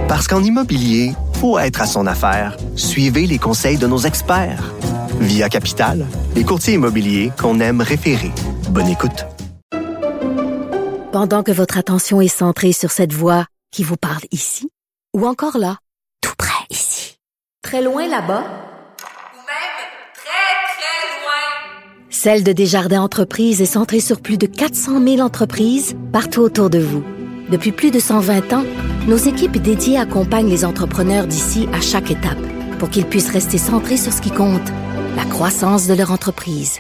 Parce qu'en immobilier, faut être à son affaire. Suivez les conseils de nos experts. Via Capital, les courtiers immobiliers qu'on aime référer. Bonne écoute. Pendant que votre attention est centrée sur cette voix qui vous parle ici, ou encore là, tout près ici, très loin là-bas, ou même très, très loin. Celle de Desjardins Entreprises est centrée sur plus de 400 000 entreprises partout autour de vous. Depuis plus de 120 ans, nos équipes dédiées accompagnent les entrepreneurs d'ici à chaque étape pour qu'ils puissent rester centrés sur ce qui compte, la croissance de leur entreprise.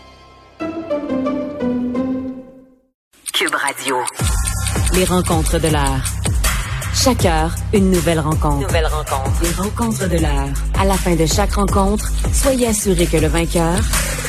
Cube Radio. Les rencontres de l'heure. Chaque heure, une nouvelle rencontre. Les rencontres de l'heure. À la fin de chaque rencontre, soyez assurés que le vainqueur,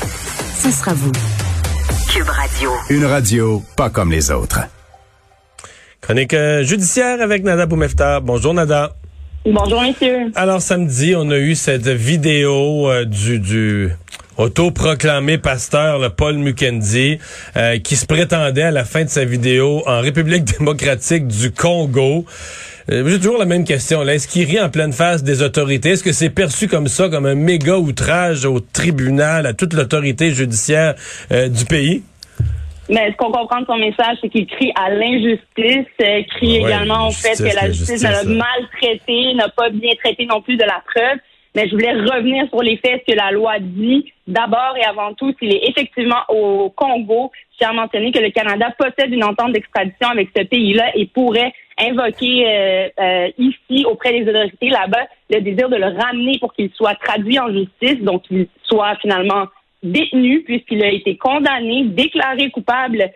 ce sera vous. Cube Radio. Une radio pas comme les autres. Chronique judiciaire avec Nada Boumefta. Bonjour Nada. Bonjour messieurs. Alors samedi, on a eu cette vidéo du autoproclamé pasteur là, Paul Mukendi qui se prétendait à la fin de sa vidéo en République démocratique du Congo. J'ai toujours la même question. Là. Est-ce qu'il rit en pleine face des autorités? Est-ce que c'est perçu comme ça, comme un méga outrage au tribunal, à toute l'autorité judiciaire du pays? Mais ce qu'on comprend de son message, c'est qu'il crie à l'injustice, crie également au fait que la justice l'a mal traité, n'a pas bien traité non plus de la preuve. Mais je voulais revenir sur les faits, ce que la loi dit. D'abord et avant tout, s'il est effectivement au Congo, je tiens à mentionner que le Canada possède une entente d'extradition avec ce pays-là et pourrait invoquer ici, auprès des autorités là-bas, le désir de le ramener pour qu'il soit traduit en justice, donc qu'il soit finalement détenu puisqu'il a été condamné, déclaré coupable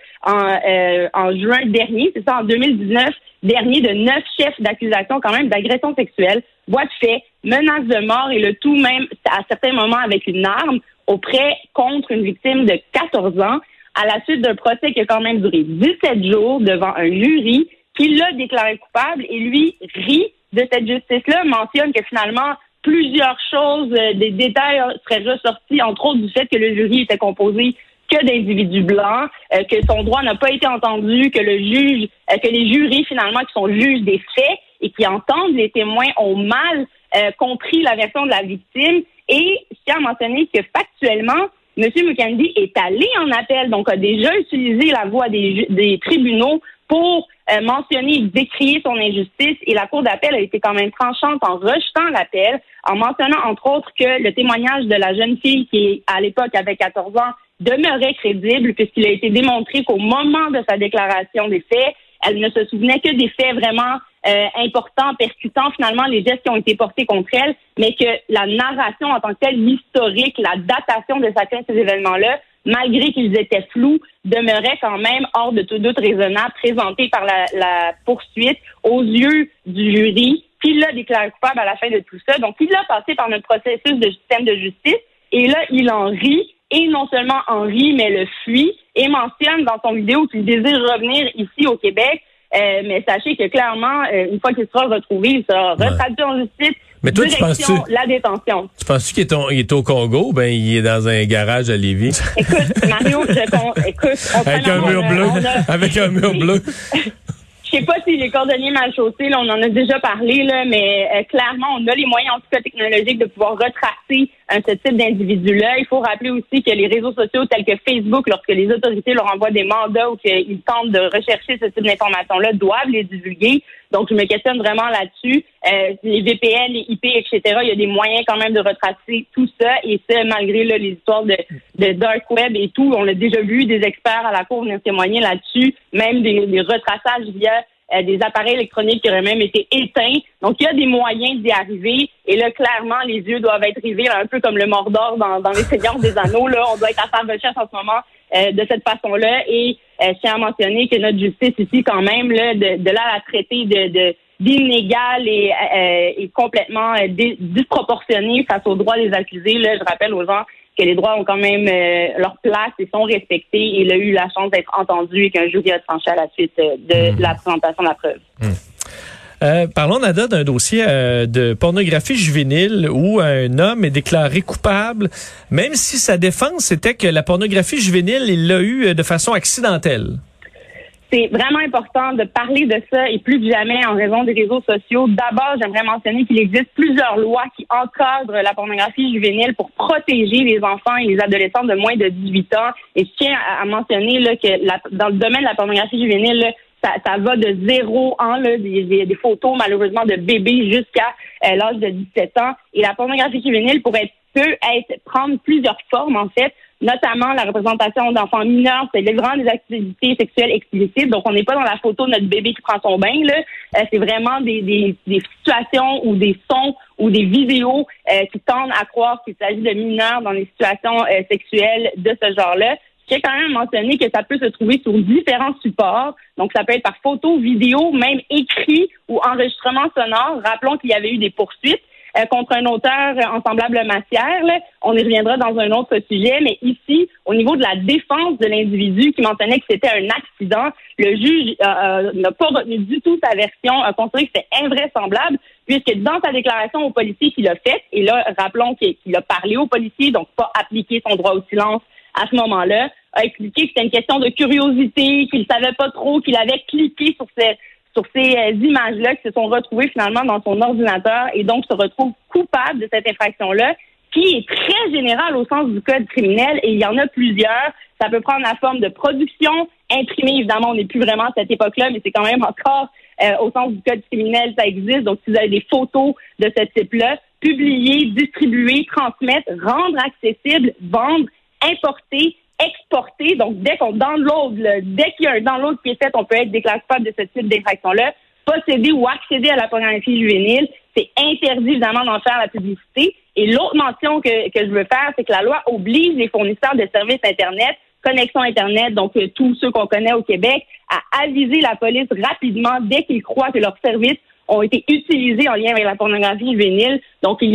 en juin dernier, c'est ça, en 2019, dernier de 9 chefs d'accusation quand même d'agression sexuelle, voies de fait, menace de mort et le tout même à certains moments avec une arme contre une victime de 14 ans à la suite d'un procès qui a quand même duré 17 jours devant un jury qui l'a déclaré coupable et lui rit de cette justice-là, mentionne que finalement plusieurs choses, des détails seraient ressortis, entre autres du fait que le jury était composé que d'individus blancs, que son droit n'a pas été entendu, que les jurys finalement qui sont juges des faits et qui entendent les témoins ont mal compris la version de la victime. Et je tiens à mentionner que factuellement, M. Mukendi est allé en appel, donc a déjà utilisé la voix des tribunaux pour mentionner, décrier son injustice, et la Cour d'appel a été quand même tranchante en rejetant l'appel, en mentionnant entre autres que le témoignage de la jeune fille qui, à l'époque, avait 14 ans, demeurait crédible puisqu'il a été démontré qu'au moment de sa déclaration des faits, elle ne se souvenait que des faits vraiment importants, percutants, finalement, les gestes qui ont été portés contre elle, mais que la narration en tant que telle, l'historique, la datation de chacun de ces événements-là, malgré qu'ils étaient flous, demeurait quand même hors de tout doute raisonnable, présenté par la poursuite aux yeux du jury, qui l'a déclaré coupable à la fin de tout ça. Donc, il a passé par notre processus de système de justice, et là, il en rit, et non seulement en rit, mais le fuit, et mentionne dans son vidéo qu'il désire revenir ici au Québec. Mais sachez que clairement, une fois qu'il sera retrouvé, il sera retraduit en justice. Mais toi, la détention. Tu penses qu'il est au Congo? Ben, il est dans un garage à Lévis. Écoute, Mario, avec un mur bleu. Avec un mur bleu. Je sais pas si les cordonniers mal chaussés, là, on en a déjà parlé, là, mais clairement, on a les moyens, en tout cas technologiques, de pouvoir retracer ce type d'individu-là. Il faut rappeler aussi que les réseaux sociaux tels que Facebook, lorsque les autorités leur envoient des mandats ou qu'ils tentent de rechercher ce type d'informations-là, doivent les divulguer. Donc, je me questionne vraiment là-dessus. Les VPN, les IP, etc., il y a des moyens quand même de retracer tout ça, et ça, malgré là, les histoires de dark web et tout. On a déjà vu des experts à la Cour venir témoigner là-dessus, même des retraçages via des appareils électroniques qui auraient même été éteints. Donc, il y a des moyens d'y arriver. Et là, clairement, les yeux doivent être rivés, là, un peu comme le Mordor dans les Seigneurs des Anneaux. Là, on doit être à faire recherche en ce moment de cette façon-là. Et je tiens à mentionner que notre justice ici, quand même, là, de là à la traiter d'inégale et complètement disproportionnée face aux droits des accusés. Là, je rappelle aux gens que les droits ont quand même leur place et sont respectés, et il a eu la chance d'être entendu et qu'un jury a tranché à la suite de la présentation de la preuve. Parlons, Nada, d'un dossier de pornographie juvénile où un homme est déclaré coupable, même si sa défense était que la pornographie juvénile, il l'a eu de façon accidentelle. c'est vraiment important de parler de ça et plus que jamais en raison des réseaux sociaux. D'abord, j'aimerais mentionner qu'il existe plusieurs lois qui encadrent la pornographie juvénile pour protéger les enfants et les adolescents de moins de 18 ans. Et je tiens à mentionner là, que dans le domaine de la pornographie juvénile, là, ça va de 0 ans, là, des photos malheureusement de bébés jusqu'à l'âge de 17 ans. Et la pornographie juvénile peut prendre plusieurs formes en fait. Notamment la représentation d'enfants mineurs, c'est vraiment des activités sexuelles explicites. Donc, on n'est pas dans la photo de notre bébé qui prend son bain, là. C'est vraiment des situations ou des sons ou des vidéos qui tendent à croire qu'il s'agit de mineurs dans des situations sexuelles de ce genre-là. Je tiens quand même à mentionner que ça peut se trouver sur différents supports. Donc, ça peut être par photo, vidéo, même écrit ou enregistrement sonore. Rappelons qu'il y avait eu des poursuites contre un auteur en semblable matière. Là. On y reviendra dans un autre sujet, mais ici, au niveau de la défense de l'individu qui mentionnait que c'était un accident, le juge n'a pas retenu du tout sa version, a considéré que c'était invraisemblable, puisque dans sa déclaration au policier qu'il a faite, et là, rappelons qu'il a parlé au policier, donc pas appliqué son droit au silence à ce moment-là, a expliqué que c'était une question de curiosité, qu'il savait pas trop, qu'il avait cliqué sur ces images-là qui se sont retrouvées finalement dans son ordinateur et donc se retrouve coupable de cette infraction-là, qui est très générale au sens du code criminel et il y en a plusieurs. Ça peut prendre la forme de production, imprimée, évidemment, on n'est plus vraiment à cette époque-là, mais c'est quand même encore au sens du code criminel, ça existe. Donc, si vous avez des photos de ce type-là, publier, distribuer, transmettre, rendre accessible, vendre, importer, exporter. Donc, dès qu'on download, dès qu'il y a un download qui est fait, on peut être déclaré coupable de ce type d'infraction-là. Posséder ou accéder à la pornographie juvénile, c'est interdit, évidemment, d'en faire la publicité. Et l'autre mention que je veux faire, c'est que la loi oblige les fournisseurs de services Internet, connexion Internet, donc tous ceux qu'on connaît au Québec, à aviser la police rapidement dès qu'ils croient que leurs services ont été utilisés en lien avec la pornographie juvénile. Donc, il y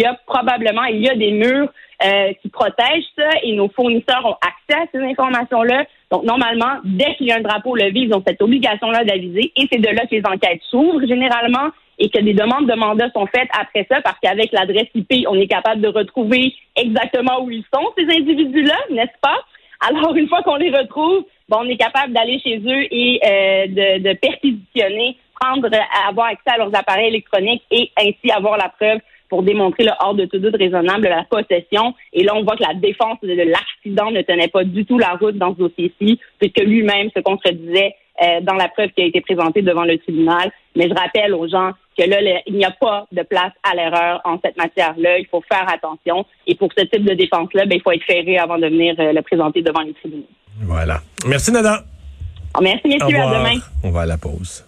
a des murs qui protègent ça et nos fournisseurs ont accès à ces informations-là. Donc, normalement, dès qu'il y a un drapeau levé, ils ont cette obligation-là d'aviser et c'est de là que les enquêtes s'ouvrent généralement et que des demandes de mandat sont faites après ça parce qu'avec l'adresse IP, on est capable de retrouver exactement où ils sont, ces individus-là, n'est-ce pas? Alors, une fois qu'on les retrouve, on est capable d'aller chez eux et de perquisitionner, avoir accès à leurs appareils électroniques et ainsi avoir la preuve pour démontrer le hors de tout doute raisonnable de la possession. Et là, on voit que la défense de l'accident ne tenait pas du tout la route dans ce dossier-ci, puisque lui-même se contredisait dans la preuve qui a été présentée devant le tribunal. Mais je rappelle aux gens que là, il n'y a pas de place à l'erreur en cette matière-là. Il faut faire attention. Et pour ce type de défense-là, il faut être ferré avant de venir le présenter devant les tribunaux. Voilà. Merci, Nada. Merci, messieurs. À demain. On va à la pause.